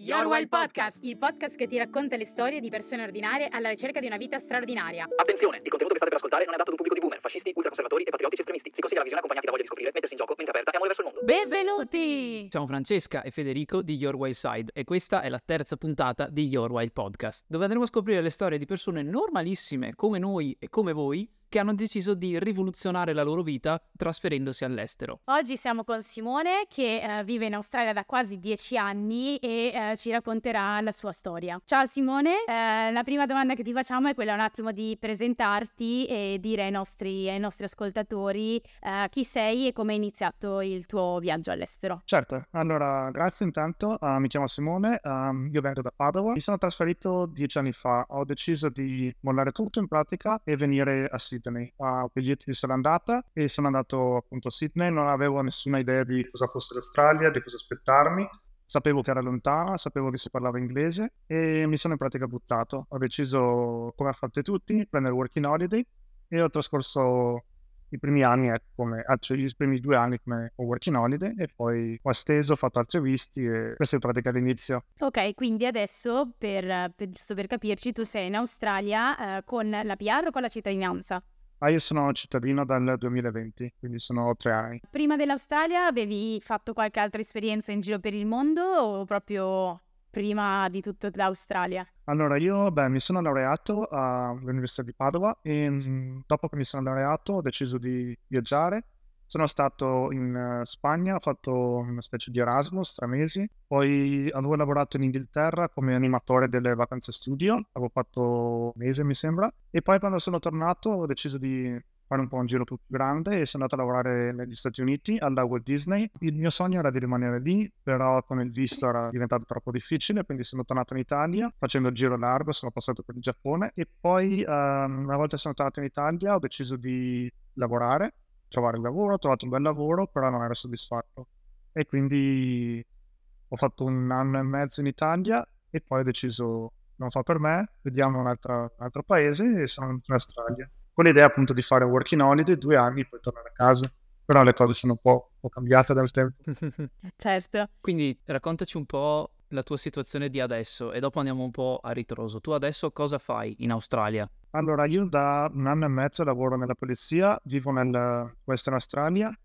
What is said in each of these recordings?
Your Wild Podcast, il podcast che ti racconta le storie di persone ordinarie alla ricerca di una vita straordinaria. Attenzione, il contenuto che state per ascoltare non è adatto ad un pubblico di boomer, fascisti, ultraconservatori e patriottici estremisti. Si consiglia la visione accompagnati da voglia di scoprire, mettersi in gioco, mente aperta e amore verso il mondo. Benvenuti! Siamo Francesca e Federico di Your Wild Side e questa è la terza puntata di Your Wild Podcast, dove andremo a scoprire le storie di persone normalissime come noi e come voi che hanno deciso di rivoluzionare la loro vita trasferendosi all'estero. Oggi siamo con Simone che vive in Australia da quasi 10 anni e ci racconterà la sua storia. Ciao Simone, la prima domanda che ti facciamo è quella un attimo di presentarti e dire ai nostri ascoltatori chi sei e come è iniziato il tuo viaggio all'estero. Certo, allora grazie intanto, mi chiamo Simone, io vengo da Padova, mi sono trasferito 10 anni fa, ho deciso di mollare tutto in pratica e venire a Sydney. Ho biglietti di sola andata e sono andato appunto a Sydney, non avevo nessuna idea di cosa fosse l'Australia, di cosa aspettarmi, sapevo che era lontana, sapevo che si parlava inglese e mi sono in pratica buttato. Ho deciso, come fate tutti, prendere working holiday e ho trascorso i primi anni, i primi 2 anni come working holiday e poi ho esteso, ho fatto altri visti e questo è in pratica l'inizio. Ok, quindi adesso, giusto per capirci, tu sei in Australia con la PR o con la cittadinanza? Io sono cittadino dal 2020, quindi sono 3 anni. Prima dell'Australia avevi fatto qualche altra esperienza in giro per il mondo o proprio prima di tutto l'Australia? Allora, io mi sono laureato all'Università di Padova e dopo che mi sono laureato ho deciso di viaggiare. Sono stato in Spagna, ho fatto una specie di Erasmus, 3 mesi. Poi avevo lavorato in Inghilterra come animatore delle vacanze studio, avevo fatto 1 mese mi sembra. E poi quando sono tornato ho deciso di fare un po' un giro più grande e sono andato a lavorare negli Stati Uniti alla Walt Disney. Il mio sogno era di rimanere lì, però con il visto era diventato troppo difficile, quindi sono tornato in Italia facendo il giro largo, sono passato per il Giappone e poi una volta sono tornato in Italia ho deciso di lavorare, trovare un lavoro, ho trovato un bel lavoro, però non ero soddisfatto e quindi ho fatto 1 anno e mezzo in Italia e poi ho deciso non fa per me, vediamo un altro paese e sono andato in Australia con l'idea appunto di fare un working holiday 2 anni e poi tornare a casa, però le cose sono un po' cambiate dal tempo. Certo. Quindi raccontaci un po' la tua situazione di adesso e dopo andiamo un po' a ritroso. Tu adesso cosa fai in Australia? Allora, io da 1 anno e mezzo lavoro nella polizia, vivo nel Western Australia,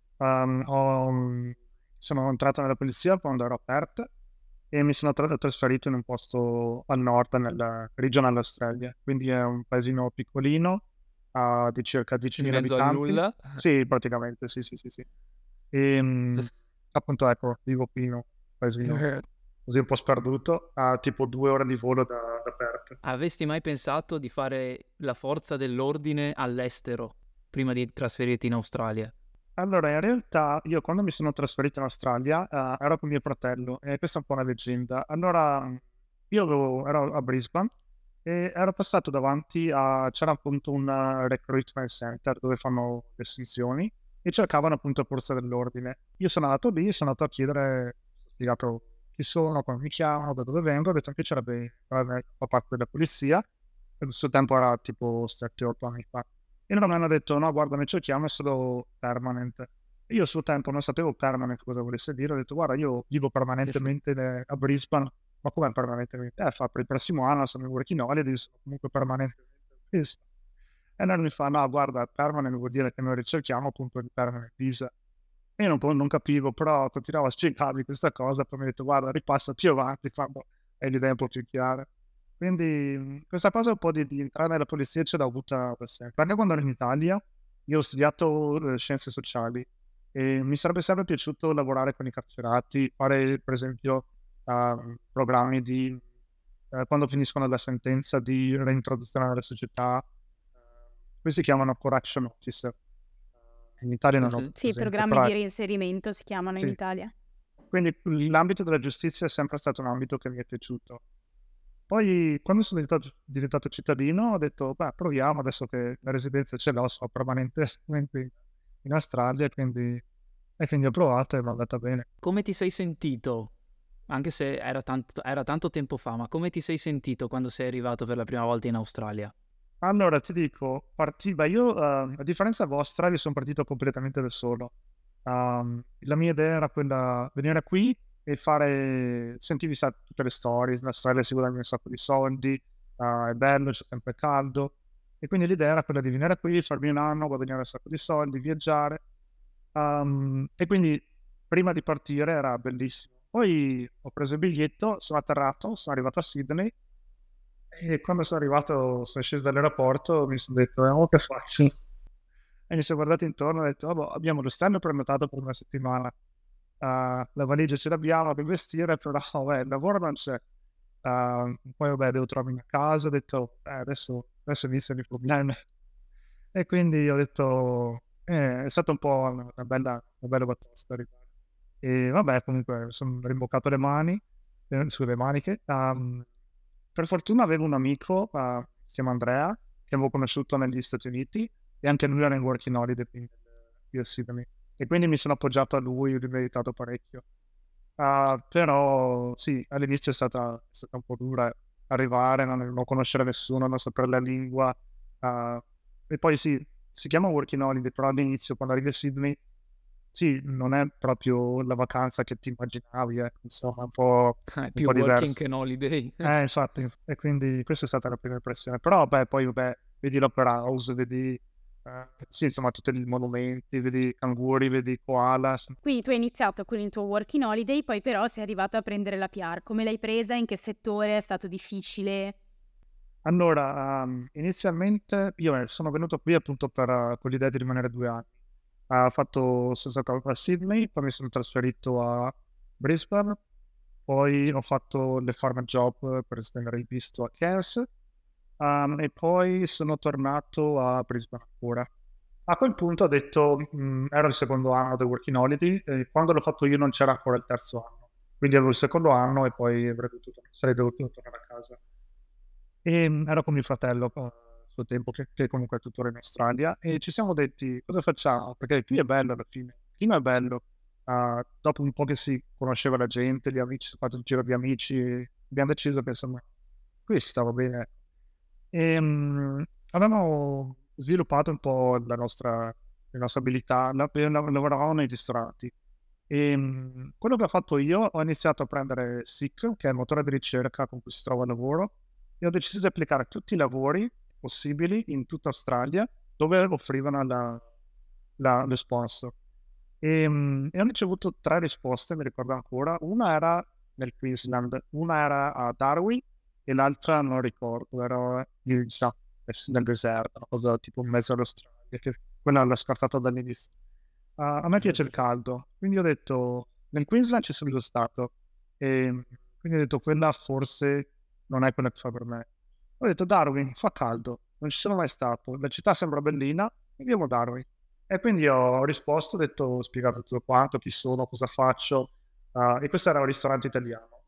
sono entrato nella polizia quando ero aperta e mi sono trasferito in un posto al nord, nella Regional Australia, quindi è un paesino piccolino, di circa 10.000 In mezzo abitanti. a nulla? Sì, praticamente, sì. E appunto, ecco, vivo qui in un paesino così un po' sperduto, a tipo 2 ore di volo da Perth. Avresti mai pensato di fare la forza dell'ordine all'estero prima di trasferirti in Australia? Allora, in realtà io quando mi sono trasferito in Australia ero con mio fratello e questa è un po' una leggenda. Allora, ero a Brisbane e ero passato davanti c'era appunto un recruitment center dove fanno le assunzioni e cercavano appunto forza dell'ordine. Io sono andato lì e sono andato a chiedere, ho spiegato chi sono, come mi chiamano, da dove vengo, ho detto che fa parte della polizia, e il suo tempo era tipo 7-8 anni fa. E loro mi hanno detto, no, guarda, noi cerchiamo è solo permanent. E io a suo tempo non sapevo permanent cosa volesse dire, ho detto, guarda, io vivo permanentemente a Brisbane, ma come permanentemente? Fa per il prossimo anno sono in working holiday, sono comunque permanentemente a Brisbane. E allora mi fa, no, guarda, permanent vuol dire che noi ricerchiamo appunto il permanent visa. E io non capivo, però continuavo a spiegarmi questa cosa, poi mi ha detto, guarda, ripassa più avanti quando hai l'idea un po' più chiara. Quindi questa cosa un po' di entrare nella polizia ce l'ho avuta da sempre. Anche quando ero in Italia, io ho studiato scienze sociali e mi sarebbe sempre piaciuto lavorare con i carcerati, fare per esempio programmi di quando finiscono la sentenza di reintroduzione nella società, questi si chiamano correction officer. In Italia non ho Sì, presente, programmi però di reinserimento si chiamano in sì. Italia. Quindi l'ambito della giustizia è sempre stato un ambito che mi è piaciuto. Poi quando sono diventato cittadino ho detto, proviamo adesso che la residenza ce l'ho, sono permanentemente in Australia, quindi ho provato e mi è andata bene. Come ti sei sentito? Anche se era tanto tempo fa, ma come ti sei sentito quando sei arrivato per la prima volta in Australia? Allora, ti dico, io a differenza vostra, io sono partito completamente da solo. La mia idea era quella venire qui e sentivi tutte le storie, l'Australia si guadagna un sacco di soldi, è bello, c'è sempre caldo, e quindi l'idea era quella di venire qui, farmi un anno, guadagnare un sacco di soldi, viaggiare, e quindi prima di partire era bellissimo. Poi ho preso il biglietto, sono atterrato, sono arrivato a Sydney, e quando sono sceso dall'aeroporto, mi sono detto, oh, che faccio? E mi sono guardato intorno e ho detto, "Vabbè, abbiamo lo stand prenotato per una settimana, la valigia ce l'abbiamo, che vestire, però il lavoro non c'è. Poi vabbè, devo trovarmi una casa", ho detto, adesso iniziano i problemi. E quindi ho detto, è stata un po' una bella batosta arrivare. E vabbè, comunque mi sono rimboccato le mani, sulle maniche. Per fortuna avevo un amico, si chiama Andrea, che avevo conosciuto negli Stati Uniti, e anche lui era in working holiday qui a Sydney. E quindi mi sono appoggiato a lui, ho aiutato parecchio. Però sì, all'inizio è stata un po' dura arrivare, non conoscere nessuno, non sapere la lingua. E poi sì, si chiama working holiday, però all'inizio quando arrivi a Sydney, sì, non è proprio la vacanza che ti immaginavi, insomma, un po' Più working diverso. che holiday. Infatti, e quindi questa è stata la prima impressione. Però poi vedi l'Opera House, vedi sì, insomma, tutti i monumenti, vedi i canguri, vedi i koala. Quindi tu hai iniziato con il tuo working holiday, poi però sei arrivato a prendere la PR. Come l'hai presa? In che settore? È stato difficile? Allora, inizialmente io sono venuto qui appunto con l'idea di rimanere 2 anni. Sono stato a Sydney, poi mi sono trasferito a Brisbane, poi ho fatto le farm job per estendere il visto a Cairns, e poi sono tornato a Brisbane ancora. A quel punto ho detto, ero il secondo anno del working holiday, e quando l'ho fatto io non c'era ancora il terzo anno, quindi avevo il secondo anno e poi sarei dovuto tornare a casa. E ero con mio fratello a suo tempo, che comunque è tuttora in Australia, e ci siamo detti, cosa facciamo? Perché qui è bello alla fine, qui non è bello. Dopo un po' che si conosceva la gente, gli amici, si è fatto il giro di amici, abbiamo deciso che insomma, qui si stava bene. E avevamo sviluppato un po' le nostre abilità, lavoravamo nei ristoranti. E quello che ho fatto io, ho iniziato a prendere Seek, che è il motore di ricerca con cui si trova lavoro, e ho deciso di applicare tutti i lavori possibili in tutta Australia dove offrivano lo sponsor. E ho ricevuto 3 risposte, mi ricordo ancora. Una era nel Queensland, una era a Darwin e l'altra non ricordo, era nel deserto, una cosa tipo in mezzo all'Australia, che quella l'ho scartata dall'inizio. A me piace il caldo, quindi ho detto, nel Queensland ci sono già stato, e quindi ho detto, quella forse non è quella che fa per me. Ho detto, Darwin, fa caldo, non ci sono mai stato, la città sembra bellina, andiamo a Darwin. E quindi ho risposto, ho spiegato tutto quanto, chi sono, cosa faccio, e questo era un ristorante italiano,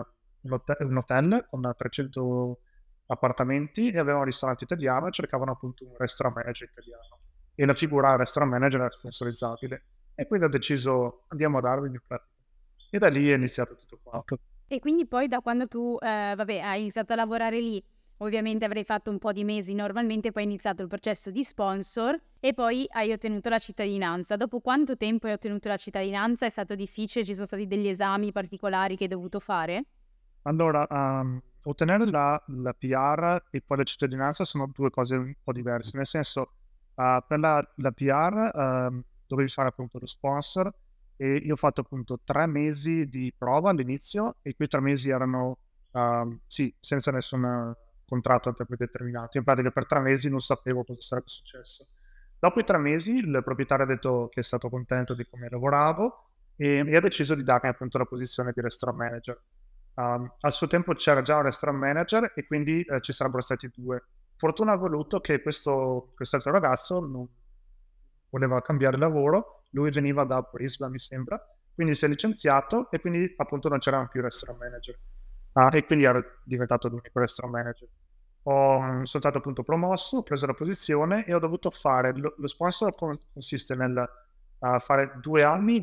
un hotel con 300 appartamenti, e aveva un ristorante italiano e cercavano appunto un restaurant manager italiano. E la figura restaurant manager era sponsorizzabile. E quindi ho deciso, andiamo a Darwin in pratica. E da lì è iniziato tutto quanto. E quindi poi da quando tu hai iniziato a lavorare lì, ovviamente avrei fatto un po' di mesi normalmente, poi hai iniziato il processo di sponsor e poi hai ottenuto la cittadinanza. Dopo quanto tempo hai ottenuto la cittadinanza? È stato difficile? Ci sono stati degli esami particolari che hai dovuto fare? Allora, ottenere la PR e poi la cittadinanza sono 2 cose un po' diverse, nel senso, per la PR dovevi fare appunto lo sponsor, e io ho fatto appunto 3 mesi di prova all'inizio, e quei 3 mesi erano sì, senza nessun contratto a tempo determinato. In pratica per 3 mesi non sapevo cosa sarebbe successo. Dopo i 3 mesi il proprietario ha detto che è stato contento di come lavoravo, e ha deciso di darmi appunto la posizione di restaurant manager. Al suo tempo c'era già un restaurant manager, e quindi ci sarebbero stati 2. Fortuna ha voluto che quest'altro ragazzo non voleva cambiare lavoro, lui veniva da Brisbane mi sembra, quindi si è licenziato, e quindi appunto non c'era più restaurant manager, e quindi ero diventato l'unico restaurant manager. Sono stato appunto promosso, ho preso la posizione e ho dovuto fare lo sponsor consiste nel fare 2 anni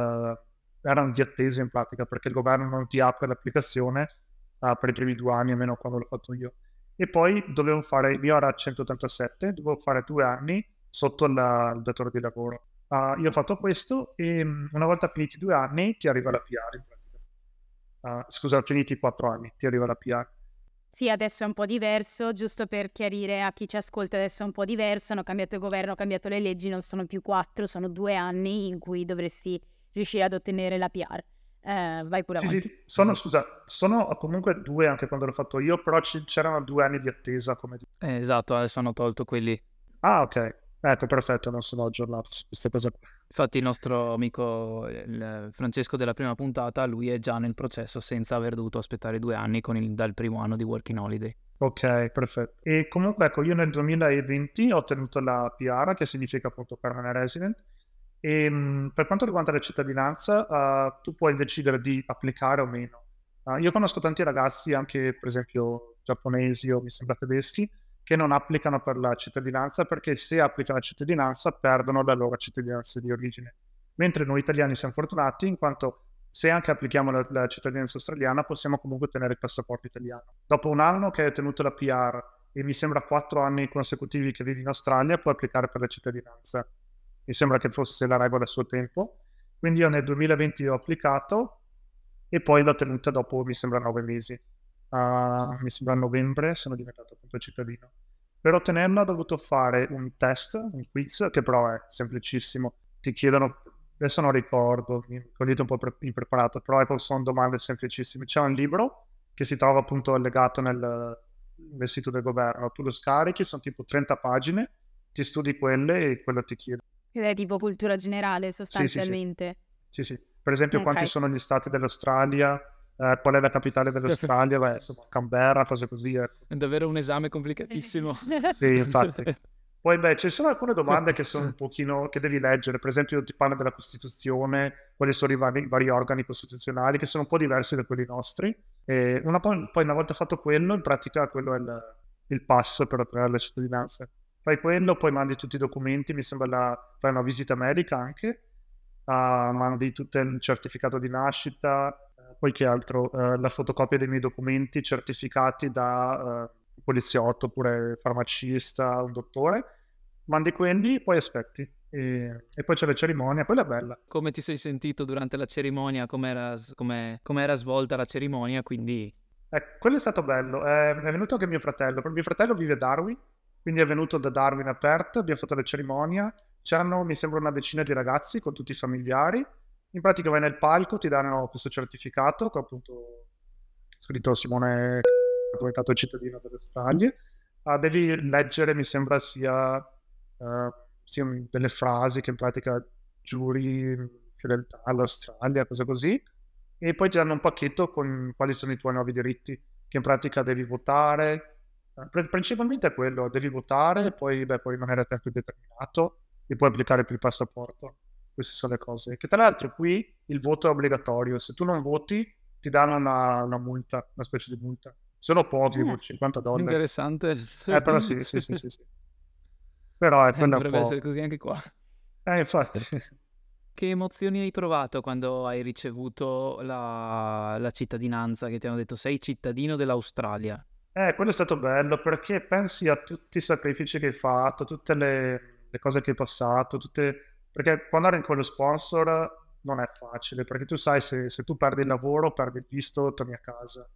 erano di attesa in pratica, perché il governo non ti apre l'applicazione per i primi 2 anni, almeno quando l'ho fatto io. E poi io ero a 187, dovevo fare 2 anni sotto il datore di lavoro. Io ho fatto questo, e una volta finiti 2 anni ti arriva la PR in pratica. scusa, finiti i 4 anni, ti arriva la PR. Sì, adesso è un po' diverso, giusto per chiarire a chi ci ascolta, adesso è un po' diverso, hanno cambiato il governo, hanno cambiato le leggi, non sono più 4, sono 2 anni in cui dovresti riuscire ad ottenere la PR. Vai pure avanti. Sì, sono comunque 2 anche quando l'ho fatto io, però c'erano 2 anni di attesa, come dire. Esatto, adesso hanno tolto quelli. Ah, ok. Ecco, perfetto, non sono aggiornato su queste cose qua. Infatti il nostro amico Francesco della prima puntata, lui è già nel processo senza aver dovuto aspettare 2 anni dal primo anno di Working Holiday. Ok, perfetto. E comunque, ecco, io nel 2020 ho ottenuto la PR, che significa appunto Permanent Resident, e per quanto riguarda la cittadinanza, tu puoi decidere di applicare o meno. Io conosco tanti ragazzi, anche per esempio giapponesi o mi sembra tedeschi, che non applicano per la cittadinanza perché se applicano la cittadinanza perdono la loro cittadinanza di origine. Mentre noi italiani siamo fortunati in quanto se anche applichiamo la cittadinanza australiana possiamo comunque ottenere il passaporto italiano. Dopo un anno che hai ottenuto la PR e mi sembra 4 anni consecutivi che vivi in Australia, puoi applicare per la cittadinanza. Mi sembra che fosse la regola a suo tempo. Quindi io nel 2020 ho applicato e poi l'ho ottenuta dopo, mi sembra, 9 mesi. Mi sembra a novembre sono diventato appunto cittadino. Per ottenerla ho dovuto fare un test, un quiz, che però è semplicissimo. Ti chiedono, adesso non ricordo, mi cogliete un po' impreparato, però sono domande semplicissime. C'è un libro che si trova appunto allegato nel sito del governo. Tu lo scarichi, sono tipo 30 pagine, ti studi quelle e quello ti chiede. Ed è tipo cultura generale sostanzialmente. Sì. Per esempio, quanti sono gli stati dell'Australia, qual è la capitale dell'Australia, insomma, Canberra, cose così. È davvero un esame complicatissimo. Sì, infatti. Poi ci sono alcune domande che sono un pochino, che devi leggere, per esempio ti parla della Costituzione, quali sono i vari organi costituzionali, che sono un po' diversi da quelli nostri. E poi una volta fatto quello, in pratica quello è il pass per ottenere la cittadinanza. Fai quello, poi mandi tutti i documenti, mi sembra fai una visita medica anche, mandi tutto il certificato di nascita, poi che altro, la fotocopia dei miei documenti certificati da un poliziotto oppure farmacista, un dottore, mandi quelli, poi aspetti e poi c'è la cerimonia, quella è bella. Come ti sei sentito durante la cerimonia, com'era svolta la cerimonia, quindi... Quello è stato bello, è venuto anche mio fratello vive a Darwin, quindi è venuto da Darwin a Perth, abbiamo fatto la cerimonia, c'erano mi sembra una decina di ragazzi con tutti i familiari, in pratica vai nel palco, ti danno questo certificato che appunto scritto Simone è diventato cittadino dell'Australia, devi leggere mi sembra sia delle frasi che in pratica giuri fedeltà all'Australia, cose così, e poi ti danno un pacchetto con quali sono i tuoi nuovi diritti, che in pratica devi votare. Principalmente è quello, devi votare, poi puoi rimanere a tempo indeterminato e puoi applicare per il passaporto. Queste sono le cose. Che tra l'altro qui il voto è obbligatorio, se tu non voti ti danno una multa, una specie di multa. Sono pochi, $50. Interessante. Però sì. Però è quella dovrebbe un po'... essere così anche qua. Infatti. Che emozioni hai provato quando hai ricevuto la cittadinanza, che ti hanno detto sei cittadino dell'Australia? Quello è stato bello perché pensi a tutti i sacrifici che hai fatto, tutte le cose che hai passato, perché quando eri in quello sponsor non è facile, perché tu sai se tu perdi il lavoro, perdi il visto, torni a casa.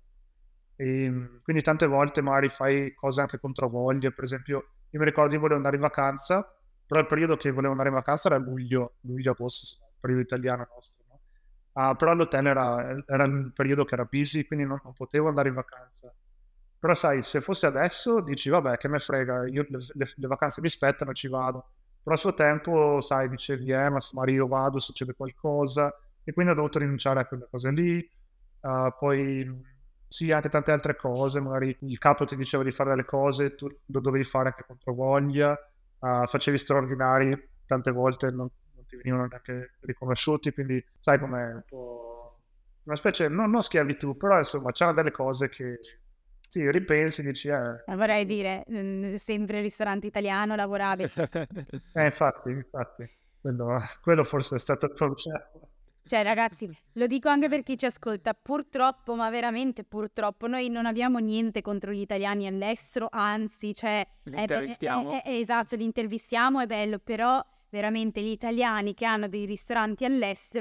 E quindi tante volte magari fai cose anche contro voglia, per esempio io mi ricordo io volevo andare in vacanza, però il periodo che volevo andare in vacanza era luglio-agosto, il periodo italiano nostro, no? Però l'hotel era il periodo che era busy, quindi non potevo andare in vacanza. Però sai, se fosse adesso dici vabbè che me frega, io le vacanze mi spettano, ci vado. Però a suo tempo, sai, dicevi ma magari io vado, succede qualcosa, e quindi ho dovuto rinunciare a quelle cose lì. Poi sì, anche tante altre cose, magari il capo ti diceva di fare delle cose, tu lo dovevi fare anche contro voglia, facevi straordinari, tante volte non ti venivano neanche riconosciuti, quindi sai com'è, un po' una specie, non schiavitù, però insomma c'erano delle cose che sì, ripensi, dici vorrei dire, sempre il ristorante italiano lavoravi. Infatti, quello forse è stato il problema. Cioè ragazzi, lo dico anche per chi ci ascolta, purtroppo, ma veramente purtroppo, noi non abbiamo niente contro gli italiani all'estero, anzi, cioè... Li intervistiamo. Esatto, li intervistiamo, è bello, però veramente gli italiani che hanno dei ristoranti all'estero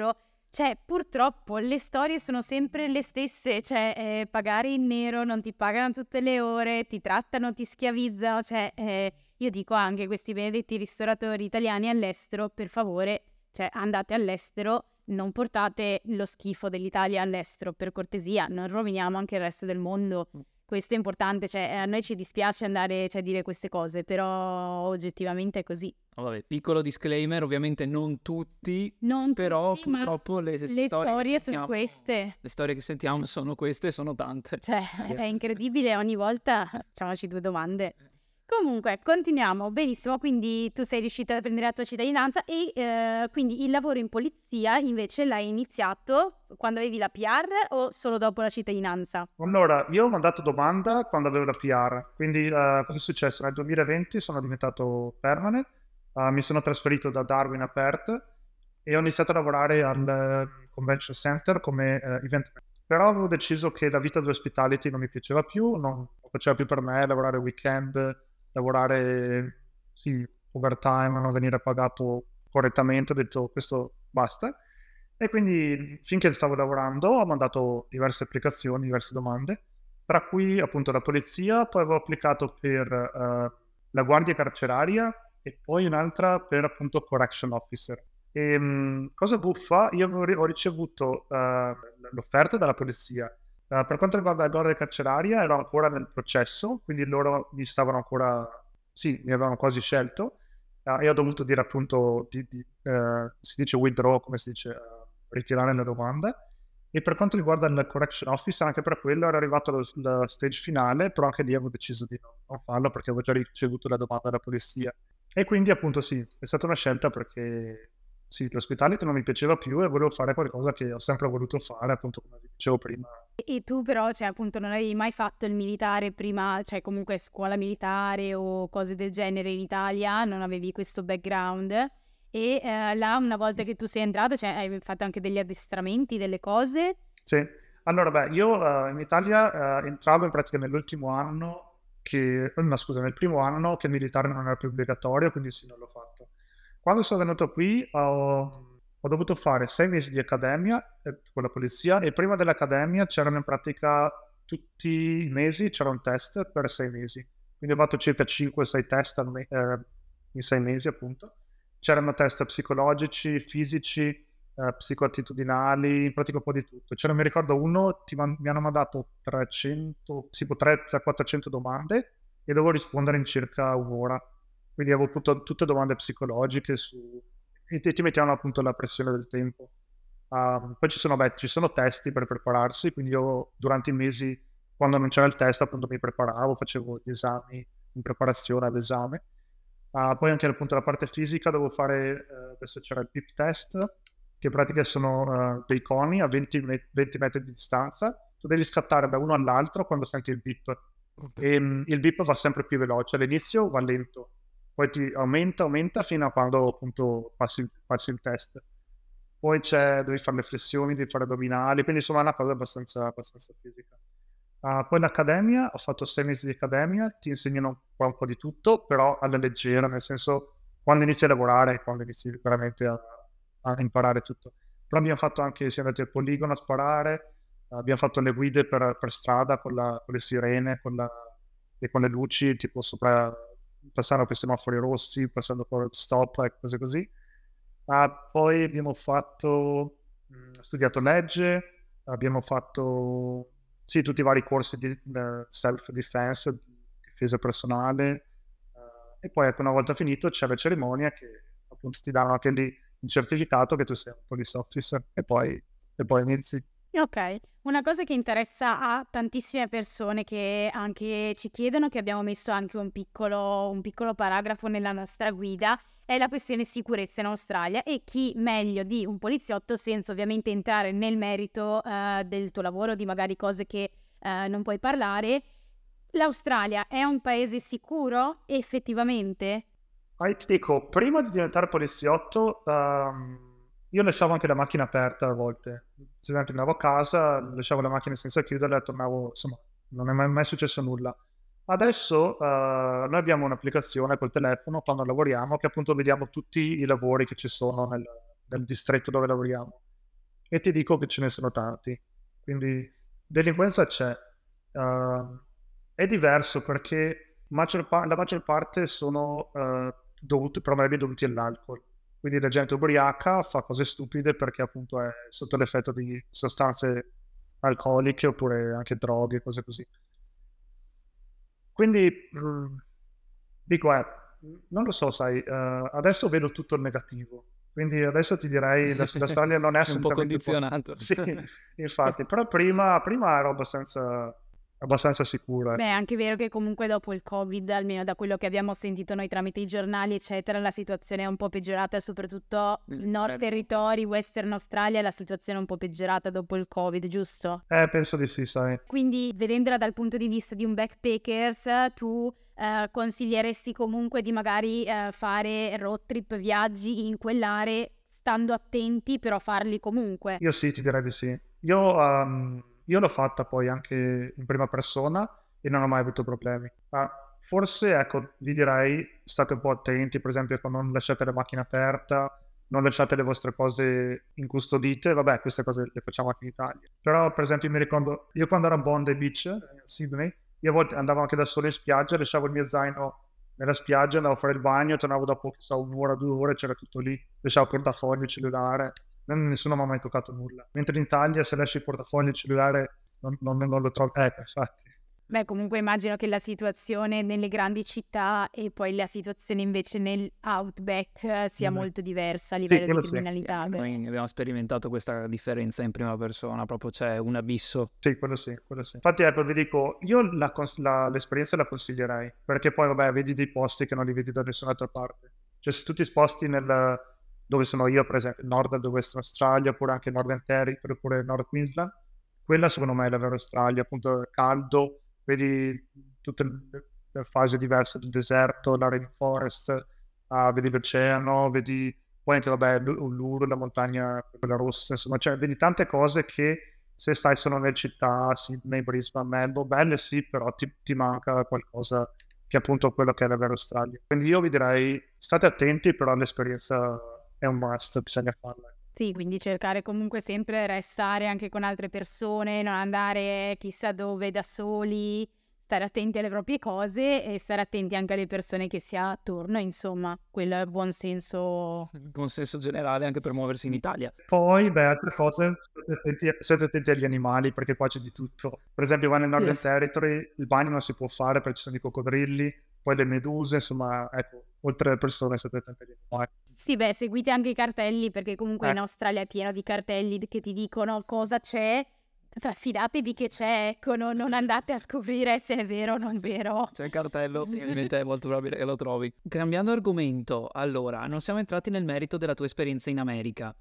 Cioè, purtroppo le storie sono sempre le stesse, cioè pagare in nero, non ti pagano tutte le ore, ti trattano, ti schiavizzano, cioè io dico anche questi benedetti ristoratori italiani all'estero, per favore, cioè andate all'estero, non portate lo schifo dell'Italia all'estero, per cortesia, non roviniamo anche il resto del mondo. Questo è importante, cioè a noi ci dispiace andare, cioè, a dire queste cose, però oggettivamente è così. Vabbè, piccolo disclaimer, ovviamente non tutti, Non però tutti, ma purtroppo le le storie sono sentiamo- queste. Le storie che sentiamo sono queste, sono tante. Cioè, è incredibile, ogni volta facciamoci 2 domande. Comunque, continuiamo. Benissimo, quindi tu sei riuscita a prendere la tua cittadinanza e quindi il lavoro in polizia invece l'hai iniziato quando avevi la PR o solo dopo la cittadinanza? Allora, io ho mandato domanda quando avevo la PR, quindi cosa è successo? Nel 2020 sono diventato permanent, mi sono trasferito da Darwin a Perth e ho iniziato a lavorare al Convention Center come event manager. Però avevo deciso che la vita dell'hospitality non mi piaceva più, non faceva più per me lavorare weekend, lavorare sì, overtime, non venire pagato correttamente, ho detto questo basta. E quindi finché stavo lavorando ho mandato diverse applicazioni, diverse domande, tra cui appunto la polizia, poi avevo applicato per la guardia carceraria e poi un'altra per appunto correction officer. E cosa buffa, io ho ricevuto l'offerta dalla polizia. Per quanto riguarda la guardia carceraria ero ancora nel processo, quindi loro mi stavano ancora, sì, mi avevano quasi scelto e ho dovuto dire appunto, si dice withdraw, come si dice, ritirare la domanda. E per quanto riguarda il correction office, anche per quello era arrivato lo stage finale, però anche lì avevo deciso di non farlo perché avevo già ricevuto la domanda dalla polizia. E quindi appunto sì, è stata una scelta perché sì, l'hospitality non mi piaceva più e volevo fare qualcosa che ho sempre voluto fare, appunto come vi dicevo prima. E tu però, cioè appunto non avevi mai fatto il militare prima, cioè comunque scuola militare o cose del genere in Italia, non avevi questo background e là una volta che tu sei entrato, cioè hai fatto anche degli addestramenti, delle cose? Sì, allora beh, io in Italia entravo in pratica nell'ultimo anno nel primo anno che il militare non era più obbligatorio, quindi sì, non l'ho fatto. Quando sono venuto qui ho dovuto fare 6 mesi di accademia con la polizia e prima dell'accademia c'erano in pratica tutti i mesi, c'era un test per 6 mesi. Quindi ho fatto circa 5-6 test in 6 mesi appunto. C'erano test psicologici, fisici, psicoattitudinali, in pratica un po' di tutto. Cioè, mi ricordo uno, mi hanno mandato 400 domande e dovevo rispondere in circa un'ora. Quindi avevo tutte domande psicologiche e ti mettevano appunto la pressione del tempo. Poi ci sono testi per prepararsi, quindi io durante i mesi, quando non c'era il test, appunto mi preparavo, facevo gli esami in preparazione all'esame. Poi anche appunto la parte fisica devo fare, adesso c'era il PIP test, che in pratica sono dei coni a 20 metri di distanza, tu devi scattare da uno all'altro quando senti il beep, e il beep va sempre più veloce, all'inizio va lento, poi ti aumenta fino a quando appunto passi il test. Poi devi fare le flessioni, devi fare addominali, quindi insomma è una cosa abbastanza fisica. Poi l'accademia, ho fatto 6 mesi di accademia, ti insegnano un po' di tutto, però alla leggera, nel senso quando inizi a lavorare, quando inizi veramente a imparare tutto. Però abbiamo fatto anche, siamo andati al poligono a sparare, abbiamo fatto le guide per strada con le sirene, e con le luci, tipo passando per i semafori rossi, passando per stop e cose così. Poi abbiamo studiato legge, abbiamo fatto sì, tutti i vari corsi di self-defense, difesa personale, e poi ecco, una volta finito c'è la cerimonia che appunto ti danno anche lì un certificato che tu sei un police officer e poi inizi. Ok, una cosa che interessa a tantissime persone che anche ci chiedono, che abbiamo messo anche un piccolo paragrafo nella nostra guida, è la questione sicurezza in Australia e chi meglio di un poliziotto, senza ovviamente entrare nel merito del tuo lavoro, di magari cose che non puoi parlare. L'Australia è un paese sicuro effettivamente? Ti dico, prima di diventare poliziotto io lasciavo anche la macchina aperta a volte. Per esempio andavo a casa, lasciavo la macchina senza chiuderla e tornavo, insomma, non è mai successo nulla. Adesso noi abbiamo un'applicazione col telefono quando lavoriamo che appunto vediamo tutti i lavori che ci sono nel distretto dove lavoriamo. e ti dico che ce ne sono tanti. Quindi delinquenza c'è. È diverso perché la maggior parte sono problemi dovuti all'alcol. Quindi la gente ubriaca fa cose stupide perché appunto è sotto l'effetto di sostanze alcoliche oppure anche droghe, cose così. Quindi dico, non lo so, sai, adesso vedo tutto il negativo. Quindi adesso ti direi la storia non è È un po' assolutamente condizionato. Sì, infatti, però prima ero abbastanza sicuro. Beh, è anche vero che comunque dopo il Covid, almeno da quello che abbiamo sentito noi tramite i giornali, eccetera, la situazione è un po' peggiorata, soprattutto Nord Territory, Western Australia, la situazione è un po' peggiorata dopo il Covid, giusto? Penso di sì, sai. Quindi, vedendola dal punto di vista di un backpackers, tu consiglieresti comunque di magari fare road trip, viaggi in quell'area, stando attenti, però farli comunque. Io sì, ti direi di sì. Io l'ho fatta poi anche in prima persona e non ho mai avuto problemi. Forse, ecco, vi direi, state un po' attenti, per esempio, non lasciate la macchina aperta, non lasciate le vostre cose incustodite, vabbè, queste cose le facciamo anche in Italia. Però, per esempio, mi ricordo, io quando ero a Bondi Beach, a Sydney, io a volte andavo anche da solo in spiaggia, lasciavo il mio zaino nella spiaggia, andavo a fare il bagno, tornavo dopo, un'ora, 2 ore, c'era tutto lì, lasciavo portafoglio, cellulare, nessuno mi ha mai toccato nulla. Mentre in Italia, se lasci il portafoglio e il cellulare, non lo trovi. Infatti. Beh, comunque immagino che la situazione nelle grandi città e poi la situazione invece nell'outback sia molto diversa a livello di criminalità. Noi abbiamo sperimentato questa differenza in prima persona, proprio c'è un abisso. Sì, quello sì. Infatti, ecco, vi dico, io l'esperienza la consiglierei, perché poi, vabbè, vedi dei posti che non li vedi da nessun'altra parte. Cioè, se tu ti sposti dove sono io, per esempio, nord del Western Australia, oppure anche Northern Territory, oppure Nord Queensland, quella secondo me è la vera Australia, appunto, caldo, vedi tutte le fasi diverse del deserto, la rainforest, vedi l'oceano, vedi poi anche, vabbè, Uluru, la montagna, quella rossa, insomma, cioè vedi tante cose che se stai solo nelle città, Sydney, Brisbane, Melbourne, belle sì, però ti manca qualcosa che è appunto quello che è la vera Australia. Quindi io vi direi, state attenti, però l'esperienza è un must, bisogna farla. Sì, quindi cercare comunque sempre restare anche con altre persone, non andare chissà dove da soli, stare attenti alle proprie cose e stare attenti anche alle persone che si ha attorno, insomma, quel buon senso. Il consenso generale anche per muoversi in Italia. Poi, altre cose, state attenti agli animali, perché qua c'è di tutto. Per esempio, qua nel Northern Territory il bagno non si può fare perché ci sono i coccodrilli, poi le meduse, insomma, ecco, oltre alle persone state attenti agli animali. Sì, beh, seguite anche i cartelli, perché comunque in Australia è pieno di cartelli che ti dicono cosa c'è. Fidatevi che c'è, ecco, non andate a scoprire se è vero o non vero. C'è il cartello, ovviamente è molto probabile che lo trovi. Cambiando argomento, allora, non siamo entrati nel merito della tua esperienza in America,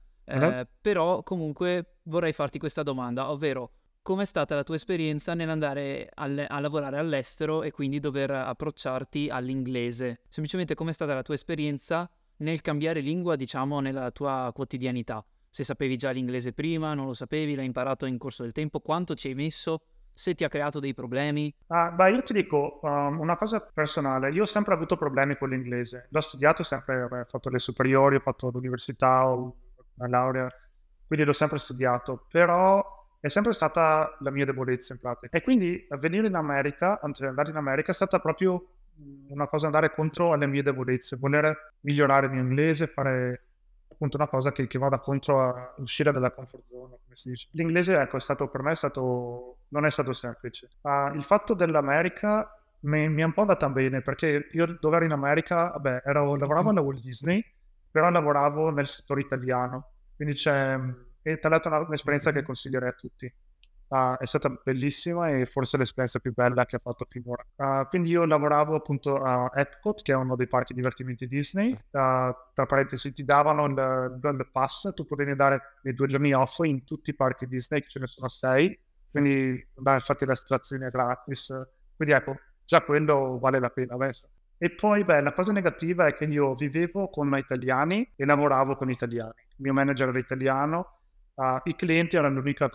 però comunque vorrei farti questa domanda, ovvero com'è stata la tua esperienza nell'andare a lavorare all'estero e quindi dover approcciarti all'inglese? Semplicemente com'è stata la tua esperienza nel cambiare lingua, diciamo, nella tua quotidianità? Se sapevi già l'inglese prima, non lo sapevi, l'hai imparato in corso del tempo, quanto ci hai messo, se ti ha creato dei problemi? Io ti dico una cosa personale, io ho sempre avuto problemi con l'inglese, l'ho studiato sempre, ho fatto le superiori, ho fatto l'università, ho una laurea, quindi l'ho sempre studiato, però è sempre stata la mia debolezza in pratica. E quindi venire in America, anzi andare in America è stata proprio una cosa, andare contro alle mie debolezze, voler migliorare il mio inglese, fare appunto una cosa che vada contro a uscire dalla comfort zone, come si dice. L'inglese, ecco, per me non è stato semplice. Il fatto dell'America mi è un po' andata bene, perché io dove ero in America, vabbè, lavoravo alla Walt Disney, però lavoravo nel settore italiano, quindi è tra l'altro un'esperienza che consiglierei a tutti. È stata bellissima e forse l'esperienza più bella che ho fatto finora. Quindi io lavoravo appunto a Epcot, che è uno dei parchi divertimenti Disney. Tra parentesi, ti davano il pass, tu potevi andare nei 2 giorni off in tutti i parchi Disney, che ce ne sono 6, quindi infatti la situazione è gratis. Quindi ecco, già quello vale la pena. E poi, la cosa negativa è che io vivevo con italiani e lavoravo con italiani. Il mio manager era italiano. I clienti erano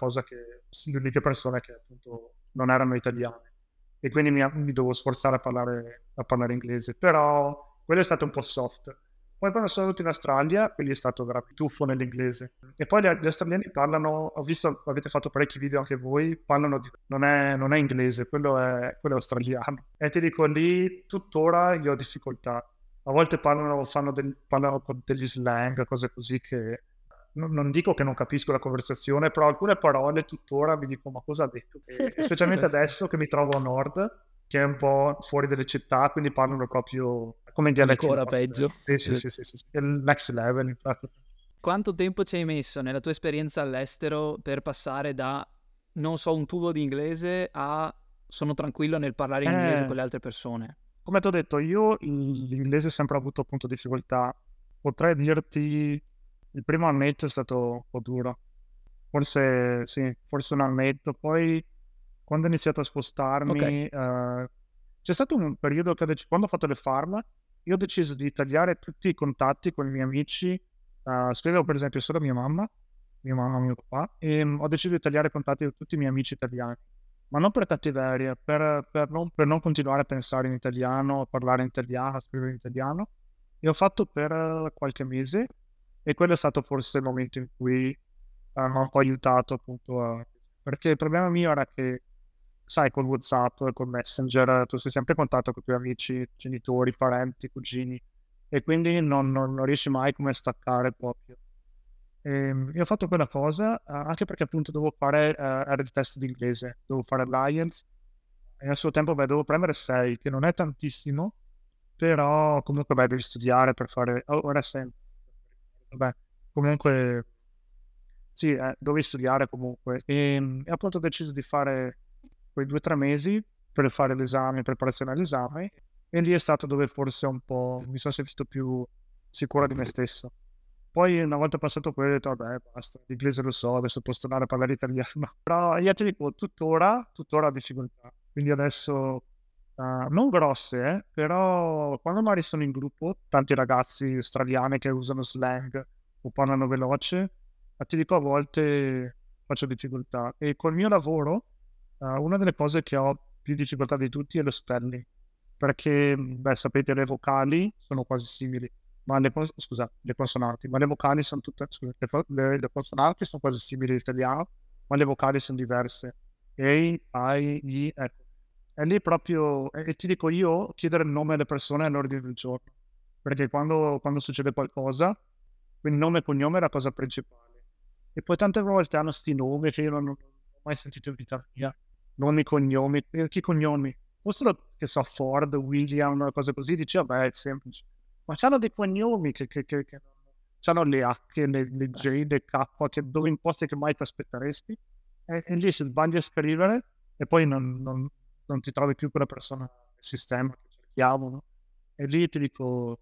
le uniche persone che appunto non erano italiane e quindi mi dovevo sforzare a parlare inglese, però quello è stato un po' soft. Poi quando sono venuto in Australia, quindi è stato veramente tuffo nell'inglese. E poi gli australiani parlano, ho visto, avete fatto parecchi video anche voi, parlano non è inglese, quello è australiano. E ti dico, lì tuttora io ho difficoltà. A volte parlano con degli slang, cose così che non dico che non capisco la conversazione, però alcune parole tuttora mi dico ma cosa ha detto? E specialmente adesso che mi trovo a nord, che è un po' fuori dalle città, quindi parlano proprio come in dialetti Ancora nostri. peggio. Sì. È il next level, infatti. Quanto tempo ci hai messo nella tua esperienza all'estero per passare da, non so, un tubo di inglese a sono tranquillo nel parlare in inglese con le altre persone? Come ti ho detto, io l'inglese ho sempre avuto appunto difficoltà. Potrei dirti, il primo annetto è stato un po' duro. Forse un annetto. Poi quando ho iniziato a spostarmi, c'è stato un periodo che quando ho fatto le farm, io ho deciso di tagliare tutti i contatti con i miei amici. Scrivevo per esempio solo a mia mamma, mio papà, e ho deciso di tagliare i contatti con tutti i miei amici italiani. Ma non per cattiveria, per non continuare a pensare in italiano, a parlare in italiano, a scrivere in italiano. E ho fatto per qualche mese, e quello è stato forse il momento in cui mi ha un po' aiutato appunto perché il problema mio era che, sai, con WhatsApp, con Messenger, tu sei sempre in contatto con i tuoi amici, genitori, parenti, cugini, e quindi non riesci mai come a staccare proprio. Io ho fatto quella cosa anche perché appunto dovevo fare era il test di inglese, dovevo fare l'IELTS, e al suo tempo dovevo prendere 6, che non è tantissimo, però comunque devi studiare per fare, ora è sempre, vabbè, comunque sì, dovevi studiare comunque, e appunto ho deciso di fare quei 2 o 3 mesi per fare l'esame, preparazione all'esame, e lì è stato dove forse un po' mi sono sentito più sicuro di me stesso. Poi una volta passato quello ho detto vabbè basta, l'inglese lo so, adesso posso tornare a parlare italiano. Però io ti dico, tuttora ho difficoltà. Quindi adesso, non grosse, però quando magari sono in gruppo, tanti ragazzi australiani che usano slang o parlano veloce, ti dico a volte faccio difficoltà. E col mio lavoro, una delle cose che ho più difficoltà di tutti è lo spelling. Perché, sapete, le vocali sono quasi simili. Ma le consonanti, ma le vocali sono tutte, le consonanti sono quasi simili all'italiano, ma le vocali sono diverse. E, I, I, ecco. E lì proprio, e ti dico io, chiedere il nome alle persone all'ordine del giorno. Perché quando succede qualcosa, quindi nome e cognome è la cosa principale. E poi tante volte hanno sti nomi che io non ho mai sentito in vita mia. Nomi, cognomi, che cognomi? Forse che so, Ford, William, cose così, dice, vabbè, è semplice. Ma c'hanno dei cognomi che c'hanno le H, le J, le K, dove in posti che mai ti aspetteresti, e lì se sbagli a scrivere e poi non ti trovi più quella persona nel sistema che cerchiamo, no? E lì ti dico,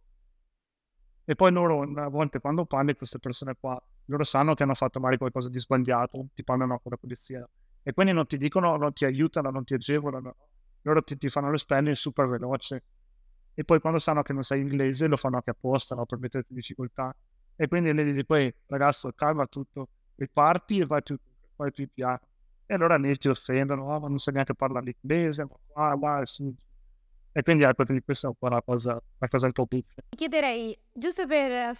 e poi loro a volte quando parli con queste persone qua, loro sanno che hanno fatto magari qualcosa di sbagliato, ti parlano con la polizia, e quindi non ti dicono, non ti aiutano, non ti agevolano, loro ti fanno lo spelling super veloce. E poi quando sanno che non sai inglese lo fanno anche apposta, no? Per metterti in difficoltà. E quindi lei dice poi ragazzo calma tutto, riparti e vai più piano. E allora lì ti offendono, ma non sai neanche parlare l'inglese, ma sì. E quindi ecco, questa è un po' una cosa un po' piccola. Ti chiederei, giusto per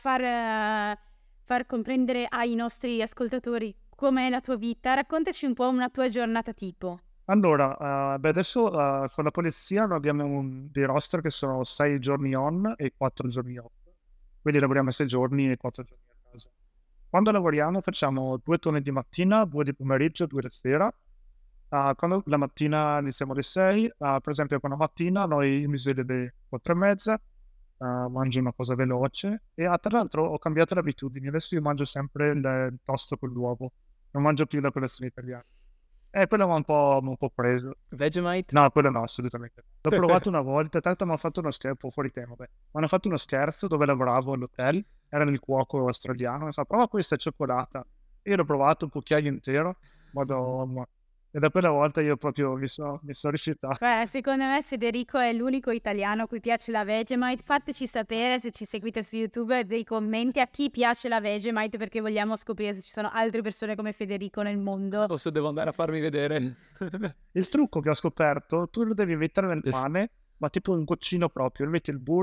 far comprendere ai nostri ascoltatori com'è la tua vita, raccontaci un po' una tua giornata tipo. Allora, adesso con la polizia noi abbiamo dei roster che sono 6 giorni on e 4 giorni off. Quindi lavoriamo 6 giorni e 4 giorni a casa. Quando lavoriamo facciamo 2 turni di mattina, 2 di pomeriggio, 2 di sera. Quando la mattina iniziamo alle 6, per esempio quella mattina io mi sveglio alle 4:30, mangio una cosa veloce e tra l'altro ho cambiato le abitudini. Adesso io mangio sempre il toast con l'uovo, non mangio più la colazione italiana. Quello mi ha un po' preso. Vegemite? No, quello no, assolutamente. L'ho provato una volta, tanto mi hanno fatto uno scherzo, fuori tema, mi hanno fatto uno scherzo dove lavoravo all'hotel, era il cuoco australiano, mi fa prova questa cioccolata. Io l'ho provato un cucchiaio intero, madonna. E da quella volta io proprio mi sono rifiutato. Beh, secondo me Federico è l'unico italiano a cui piace la Vegemite. Fateci sapere se ci seguite su YouTube dei commenti a chi piace la Vegemite, perché vogliamo scoprire se ci sono altre persone come Federico nel mondo. O se devo andare a farmi vedere. Il trucco che ho scoperto, tu lo devi mettere nel pane, ma tipo un goccino proprio, metti il burro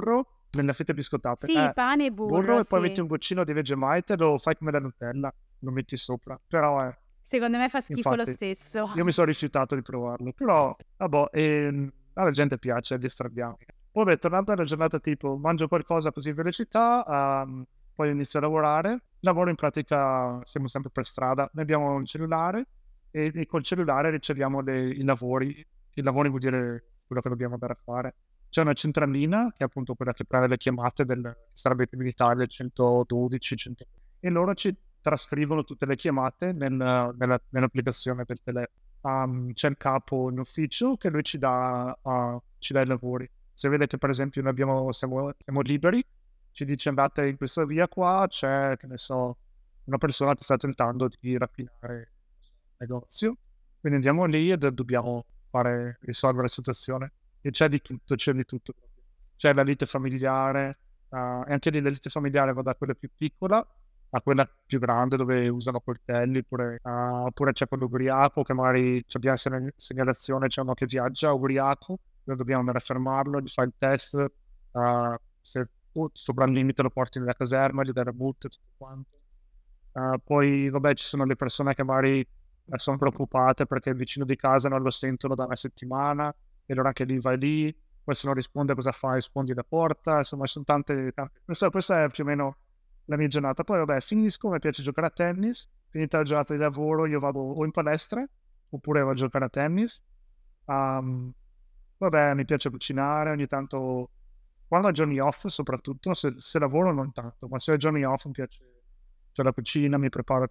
nelle fette biscottate. Sì, pane e burro, E poi sì. metti un goccino di Vegemite e lo fai come la Nutella, lo metti sopra. Però Secondo me fa schifo lo infatti, stesso. io mi sono rifiutato di provarlo. Però, vabbè, alla gente piace gli strabianchi. Poi, beh, tornando alla giornata tipo, mangio qualcosa così in velocità, poi inizio a lavorare. Lavoro in pratica, siamo sempre per strada, noi abbiamo un cellulare e col cellulare riceviamo i lavori. I lavori vuol dire quello che dobbiamo andare a fare. C'è una centralina, che è appunto quella che prende le chiamate che sarebbe in Italia 112, 100, e loro ci trascrivono tutte le chiamate nell'applicazione del telefono. C'è il capo in ufficio che lui ci dà i lavori. Se vede che per esempio noi siamo liberi, ci dice andate in questa via qua, c'è, che ne so, una persona che sta tentando di rapinare il negozio, quindi andiamo lì e dobbiamo risolvere la situazione. E c'è di tutto. C'è la lite familiare, e anche lì la lite familiare va da quella più piccola a quella più grande dove usano coltelli, oppure c'è quello ubriaco che magari abbiamo segnalazione, c'è uno che viaggia ubriaco, noi dobbiamo andare a fermarlo, gli fai il test, se sopra il limite lo porti nella caserma, gli dai la multa e tutto quanto. Poi vabbè, ci sono le persone che magari sono preoccupate perché il vicino di casa non lo sentono da una settimana e allora anche lì vai lì, poi se non risponde cosa fai? Rispondi alla porta, insomma sono tante. Questa è più o meno la mia giornata. Poi vabbè, finisco, mi piace giocare a tennis, finita la giornata di lavoro io vado o in palestra oppure vado a giocare a tennis. Vabbè, mi piace cucinare, ogni tanto quando ho giorni off soprattutto, se lavoro non tanto, ma se ho giorni off mi piace, c'è la cucina, mi preparo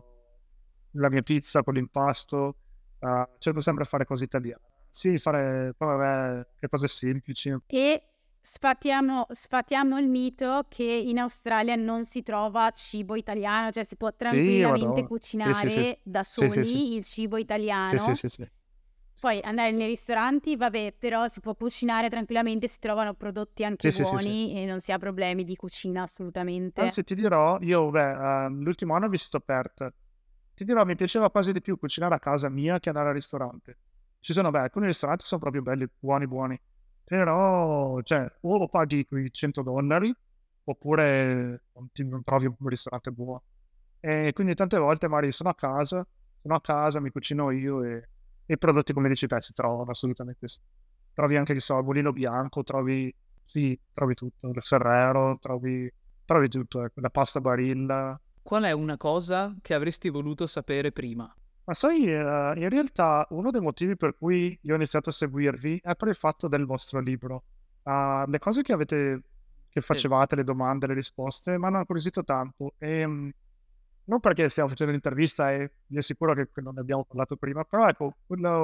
la mia pizza con l'impasto, cerco sempre di fare cose italiane. Sì, poi vabbè, che cose semplici. E sfatiamo il mito che in Australia non si trova cibo italiano, cioè si può tranquillamente Madonna. cucinare Sì. da Sì, soli sì. il cibo italiano. Sì. Poi andare nei ristoranti, vabbè, però si può cucinare tranquillamente, si trovano prodotti anche Sì. buoni e non si ha problemi di cucina assolutamente. Anzi, ti dirò, io l'ultimo anno ho vissuto a Perth. Ti dirò, mi piaceva quasi di più cucinare a casa mia che andare al ristorante. Ci sono, alcuni ristoranti sono proprio belli, buoni. Però, cioè, o lo paghi quei $100 oppure non trovi un ristorante buono. E quindi tante volte magari sono a casa, mi cucino io e i prodotti, come dici te, si trovano assolutamente sì. Trovi anche il mulino bianco, trovi tutto, il Ferrero, trovi tutto, la pasta Barilla. Qual è una cosa che avresti voluto sapere prima? Ma sai, in realtà uno dei motivi per cui io ho iniziato a seguirvi è per il fatto del vostro libro. Le cose che facevate, le domande, le risposte, mi hanno incuriosito tanto. E non perché stiamo facendo l'intervista e vi assicuro che non ne abbiamo parlato prima, però ecco,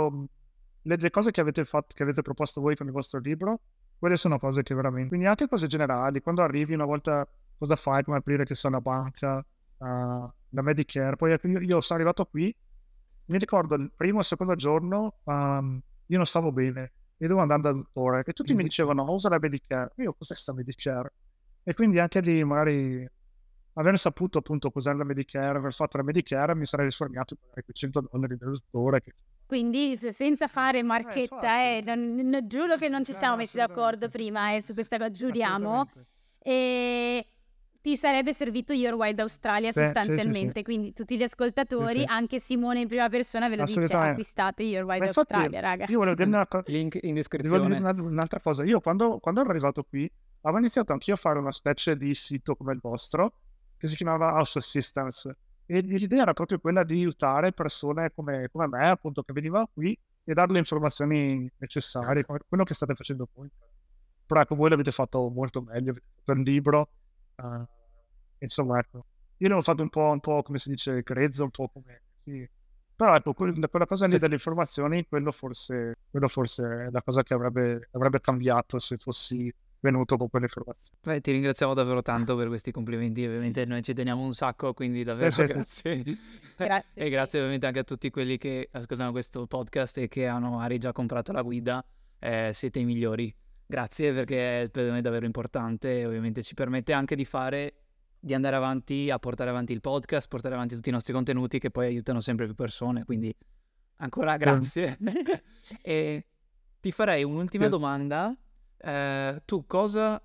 le cose che avete fatto, che avete proposto voi con il vostro libro, quelle sono cose che veramente. Quindi anche cose generali, quando arrivi una volta, cosa fai, come aprire che sia una banca, la Medicare. Poi io sono arrivato qui. Mi ricordo il primo o secondo giorno io non stavo bene e dovevo andare dal dottore e tutti mi dicevano usa la Medicare. Io cos'è sta Medicare? E quindi anche lì magari aver saputo appunto cos'è la Medicare, aver fatto la Medicare, mi sarei risparmiato quei $100 del dottore. Quindi senza fare marchetta, infatti. giuro che non ci siamo messi d'accordo Assolutamente. prima su questa cosa, giuriamo. Assolutamente. E ti sarebbe servito Your Wild Australia Sì. sostanzialmente, quindi tutti gli ascoltatori, Sì. anche Simone in prima persona ve lo dice, Assolutamente. acquistate Your Wild Ma infatti, Australia, raga. io volevo dire Link in devo descrizione. dire un'altra cosa. Io quando ero arrivato qui avevo iniziato anch'io a fare una specie di sito come il vostro che si chiamava House Assistance e l'idea era proprio quella di aiutare persone come me, appunto, che venivano qui e dare le informazioni necessarie, come quello che state facendo voi. Però ecco, voi l'avete fatto molto meglio, avete fatto il libro, insomma, ecco. Io l'ho fatto un po' come si dice, grezzo, un po' come. Sì. Però ecco, quella cosa lì delle informazioni, quello forse è la cosa che avrebbe cambiato se fossi venuto con quelle informazioni. Ti ringraziamo davvero tanto per questi complimenti, ovviamente noi ci teniamo un sacco, quindi davvero Sì. grazie. Grazie. E grazie ovviamente anche a tutti quelli che ascoltano questo podcast e che hanno magari già comprato la guida, siete i migliori. Grazie, perché è per me davvero importante e ovviamente ci permette anche di andare avanti, a portare avanti il podcast, portare avanti tutti i nostri contenuti che poi aiutano sempre più persone, quindi ancora grazie. E ti farei un'ultima domanda. Tu cosa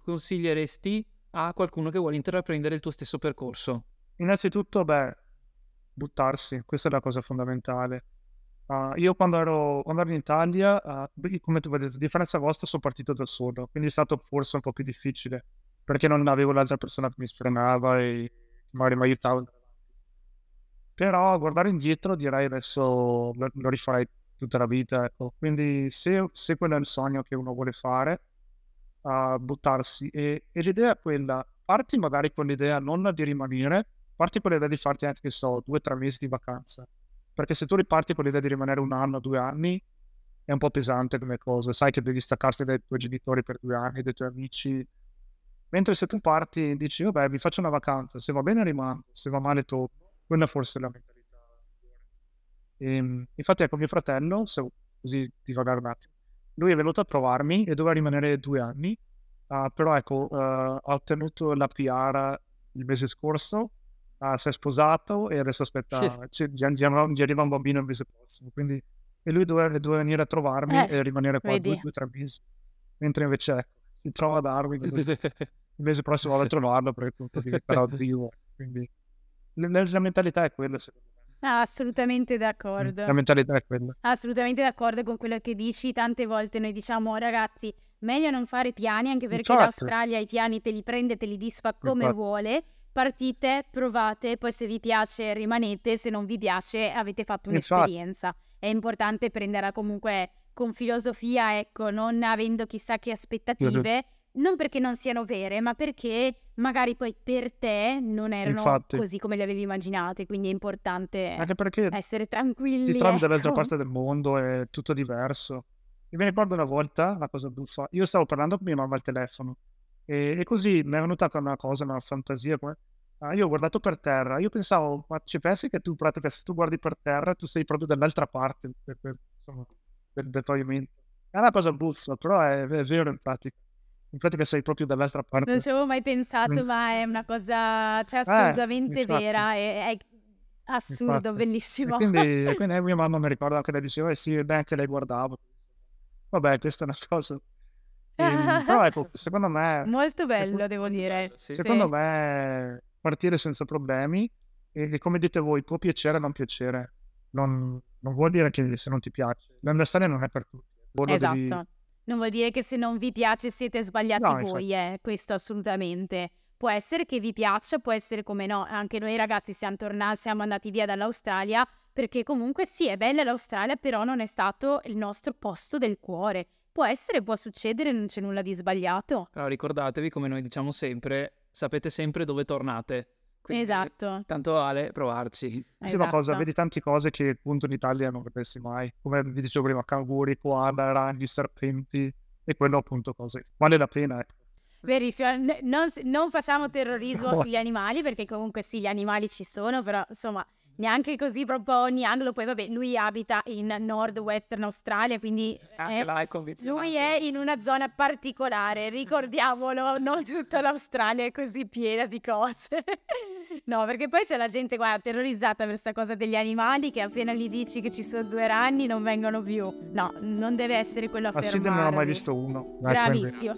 consiglieresti a qualcuno che vuole intraprendere il tuo stesso percorso? Innanzitutto, buttarsi, questa è la cosa fondamentale. Io quando ero in Italia, come tu hai detto, a differenza vostra, sono partito da solo, quindi è stato forse un po' più difficile, perché non avevo l'altra persona che mi sfrenava e magari mi aiutava. Però guardare indietro direi adesso lo rifarei tutta la vita, ecco. Quindi se quello è il sogno che uno vuole fare, buttarsi. E l'idea è quella, parti magari con l'idea non di rimanere, parti con l'idea di farti anche, che so, 2 o 3 mesi di vacanza. Perché se tu riparti con l'idea di rimanere 1 anno, 2 anni, è un po' pesante come cosa. Sai che devi staccarti dai tuoi genitori per 2 anni, dai tuoi amici. Mentre se tu parti e dici, vabbè, mi faccio una vacanza, se va bene rimango, se va male torno. Quella forse è la mentalità migliore. Infatti ecco, mio fratello, così divagare un attimo, lui è venuto a trovarmi e doveva rimanere 2 anni, però ecco, ha ottenuto la PR il mese scorso, si è sposato e adesso aspetta, gli arriva un bambino il mese prossimo, quindi e lui doveva venire a trovarmi e rimanere qua 2 o 3 mesi, mentre invece ecco, si trova a Darwin, il mese prossimo vado a trovarlo perché appunto diventerà zio, quindi la mentalità è quella, secondo me. Assolutamente d'accordo. La mentalità è quella. Assolutamente d'accordo con quello che dici. Tante volte noi diciamo, ragazzi, meglio non fare piani, anche perché Infatti. l'Australia i piani te li prende, te li disfa come Infatti. vuole. Partite, provate, poi se vi piace rimanete, se non vi piace avete fatto un'esperienza. È importante prenderla comunque con filosofia, ecco, non avendo chissà che aspettative, non perché non siano vere, ma perché magari poi per te non erano Infatti. così come le avevi immaginate, quindi è importante Anche perché essere tranquilli. ti trovi dall'altra ecco. parte del mondo, è tutto diverso. Mi ricordo una volta, una cosa buffa, io stavo parlando con mia mamma al telefono e così mi è venuta una cosa, una fantasia, io ho guardato per terra, io pensavo, ma ci pensi che tu pratica, se tu guardi per terra, tu sei proprio dall'altra parte del pavimento. È una cosa buffa, però è vero in pratica. In pratica sei proprio dall'altra parte. Non ci avevo mai pensato, ma è una cosa, cioè, assolutamente infatti. vera, è assurdo, Infatti. bellissimo. E quindi mia mamma mi ricorda che lei diceva, sì, neanche lei guardava. Vabbè, questa è una cosa. Però ecco, secondo me, Molto bello, devo dire. Sì. secondo me, partire senza problemi e come dite voi, può piacere o non piacere. Non vuol dire che se non ti piace. L'università non è per tutti. Esatto. Non vuol dire che se non vi piace siete sbagliati No, voi, questo assolutamente. Può essere che vi piaccia, può essere come no. Anche noi ragazzi siamo andati via dall'Australia perché comunque sì, è bella l'Australia, però non è stato il nostro posto del cuore. Può essere, può succedere, non c'è nulla di sbagliato. Però ricordatevi, come noi diciamo sempre, sapete sempre dove tornate. Quindi, Esatto. tanto vale provarci. Sì, una cosa, Esatto. vedi tante cose che appunto in Italia non vedresti mai. Come vi dicevo prima, canguri, koala, ragni, serpenti e quello appunto cose. Vale la pena, ecco. Verissimo, non facciamo terrorismo No. sugli animali, perché comunque sì, gli animali ci sono, però insomma neanche così proprio ogni angolo. Poi vabbè, lui abita in Nord-Western Australia, quindi Anche là è condizionato. lui è in una zona particolare, ricordiamolo, non tutta l'Australia è così piena di cose. No, perché poi c'è la gente, guarda, terrorizzata per questa cosa degli animali, che appena gli dici che ci sono 2 ragni non vengono più. No, non deve essere quello a A Sydney non ho mai fermarvi. visto uno. Bravissimo,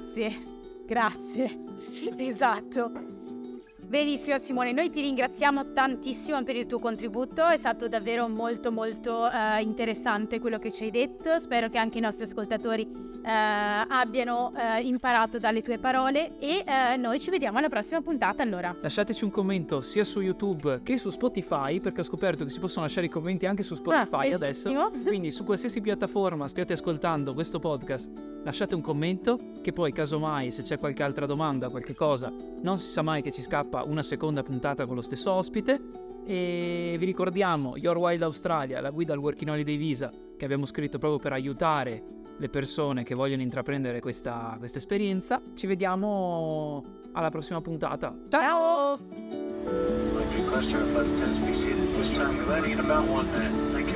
grazie, esatto. Benissimo Simone, noi ti ringraziamo tantissimo per il tuo contributo, è stato davvero molto molto interessante quello che ci hai detto, spero che anche i nostri ascoltatori abbiano imparato dalle tue parole e noi ci vediamo alla prossima puntata allora. Lasciateci un commento sia su YouTube che su Spotify, perché ho scoperto che si possono lasciare i commenti anche su Spotify adesso. benissimo. Quindi su qualsiasi piattaforma stiate ascoltando questo podcast, lasciate un commento, che poi casomai se c'è qualche altra domanda, qualche cosa, non si sa mai che ci scappa una seconda puntata con lo stesso ospite. E vi ricordiamo Your Wild Australia, la guida al Working Holiday Visa, che abbiamo scritto proprio per aiutare le persone che vogliono intraprendere questa esperienza. Ci vediamo alla prossima puntata. Ciao! Request our flight attendants be seated at this time. We're landing in about 1 minute. Thank you.